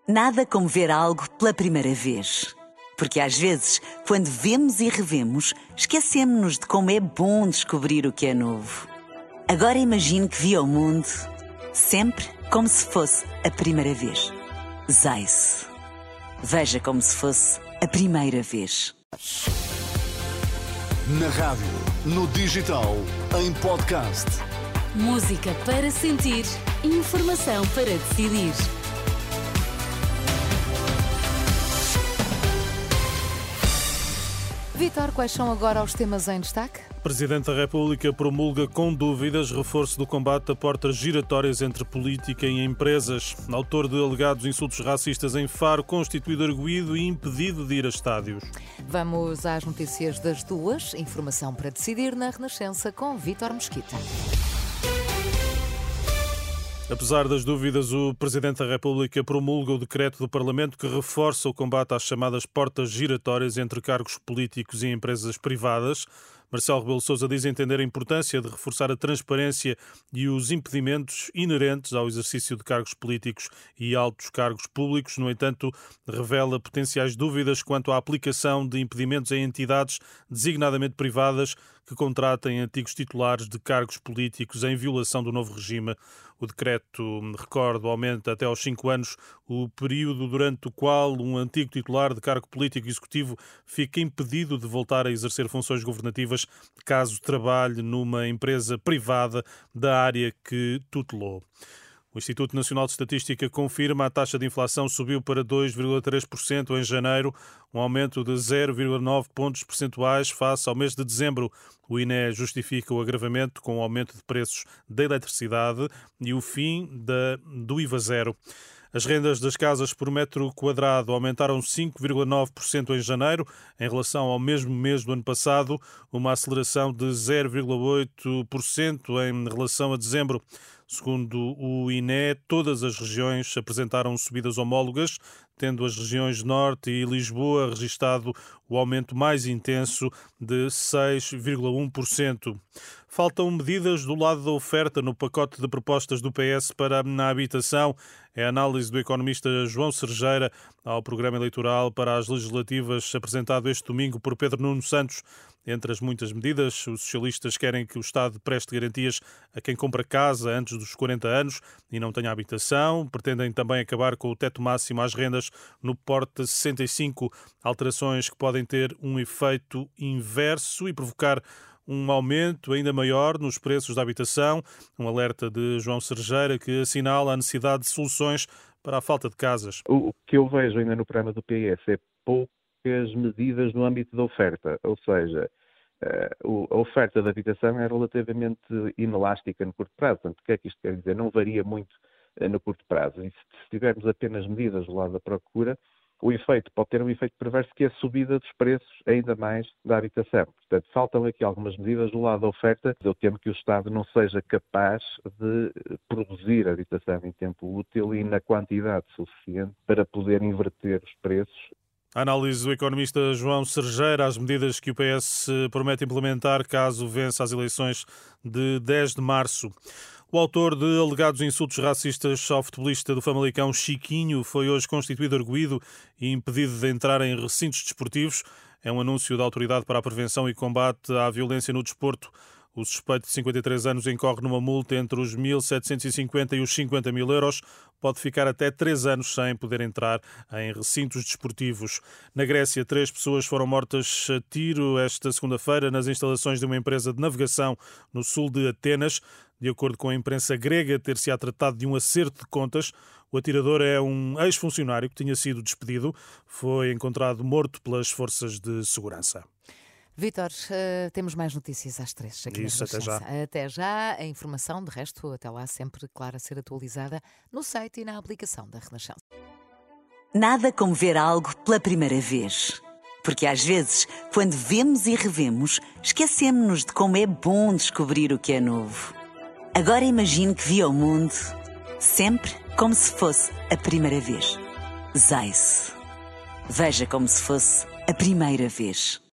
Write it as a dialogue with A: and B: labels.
A: Nada como ver algo pela primeira vez. Porque às vezes, quando vemos e revemos, esquecemos-nos de como é bom descobrir o que é novo. Agora imagine que viu o mundo sempre como se fosse a primeira vez. Zais. Veja como se fosse a primeira vez.
B: Na rádio, no digital, em podcast.
C: Música para sentir, informação para decidir.
D: Vítor, quais são agora os temas em destaque?
E: Presidente da República promulga com dúvidas reforço do combate a portas giratórias entre política e empresas. Autor de alegados insultos racistas em Faro, constituído arguido e impedido de ir a estádios.
D: Vamos às notícias das duas. Informação para decidir na Renascença com Vítor Mesquita.
E: Apesar das dúvidas, o Presidente da República promulga o decreto do Parlamento que reforça o combate às chamadas portas giratórias entre cargos políticos e empresas privadas. Marcelo Rebelo de Sousa diz entender a importância de reforçar a transparência e os impedimentos inerentes ao exercício de cargos políticos e altos cargos públicos. No entanto, revela potenciais dúvidas quanto à aplicação de impedimentos em entidades designadamente privadas que contratem antigos titulares de cargos políticos em violação do novo regime. O decreto, recordo, aumenta até aos 5 anos o período durante o qual um antigo titular de cargo político executivo fica impedido de voltar a exercer funções governativas caso trabalhe numa empresa privada da área que tutelou. O Instituto Nacional de Estatística confirma a taxa de inflação subiu para 2,3% em janeiro, um aumento de 0,9 pontos percentuais face ao mês de dezembro. O INE justifica o agravamento com o aumento de preços da eletricidade e o fim do IVA zero. As rendas das casas por metro quadrado aumentaram 5,9% em janeiro, em relação ao mesmo mês do ano passado, uma aceleração de 0,8% em relação a dezembro. Segundo o INE, todas as regiões apresentaram subidas homólogas, tendo as regiões Norte e Lisboa registado o aumento mais intenso de 6,1%. Faltam medidas do lado da oferta no pacote de propostas do PS para a habitação. É a análise do economista João Serjeira ao programa eleitoral para as legislativas apresentado este domingo por Pedro Nuno Santos. Entre as muitas medidas, os socialistas querem que o Estado preste garantias a quem compra casa antes dos 40 anos e não tenha habitação. Pretendem também acabar com o teto máximo às rendas no porte 65, alterações que podem ter um efeito inverso e provocar um aumento ainda maior nos preços da habitação. Um alerta de João Serjeira que assinala a necessidade de soluções para a falta de casas.
F: O que eu vejo ainda no programa do PS é poucas medidas no âmbito da oferta, ou seja, a oferta de habitação é relativamente inelástica no curto prazo. Portanto, o que é que isto quer dizer? Não varia muito no curto prazo. E se tivermos apenas medidas do lado da procura, o efeito pode ter um efeito perverso que é a subida dos preços ainda mais da habitação. Portanto, faltam aqui algumas medidas do lado da oferta. Eu temo que o Estado não seja capaz de produzir habitação em tempo útil e na quantidade suficiente para poder inverter os preços.
E: A análise do economista João Serjeira às medidas que o PS promete implementar caso vença as eleições de 10 de março. O autor de alegados insultos racistas ao futebolista do Famalicão, Chiquinho, foi hoje constituído arguido e impedido de entrar em recintos desportivos. É um anúncio da Autoridade para a Prevenção e Combate à Violência no Desporto. O suspeito de 53 anos incorre numa multa entre os 1.750 e os 50 mil euros. Pode ficar até 3 anos sem poder entrar em recintos desportivos. Na Grécia, 3 pessoas foram mortas a tiro esta segunda-feira nas instalações de uma empresa de navegação no sul de Atenas. De acordo com a imprensa grega, ter-se-á tratado de um acerto de contas. O atirador é um ex-funcionário que tinha sido despedido. Foi encontrado morto pelas forças de segurança.
D: Vítor, temos mais notícias às 3 aqui.
E: Isso, até já.
D: Até já. A informação, de resto, até lá sempre, claro, a ser atualizada no site e na aplicação da Renascença.
A: Nada como ver algo pela primeira vez. Porque às vezes, quando vemos e revemos, esquecemos-nos de como é bom descobrir o que é novo. Agora imagine que viu o mundo sempre como se fosse a primeira vez. Zais. Veja como se fosse a primeira vez.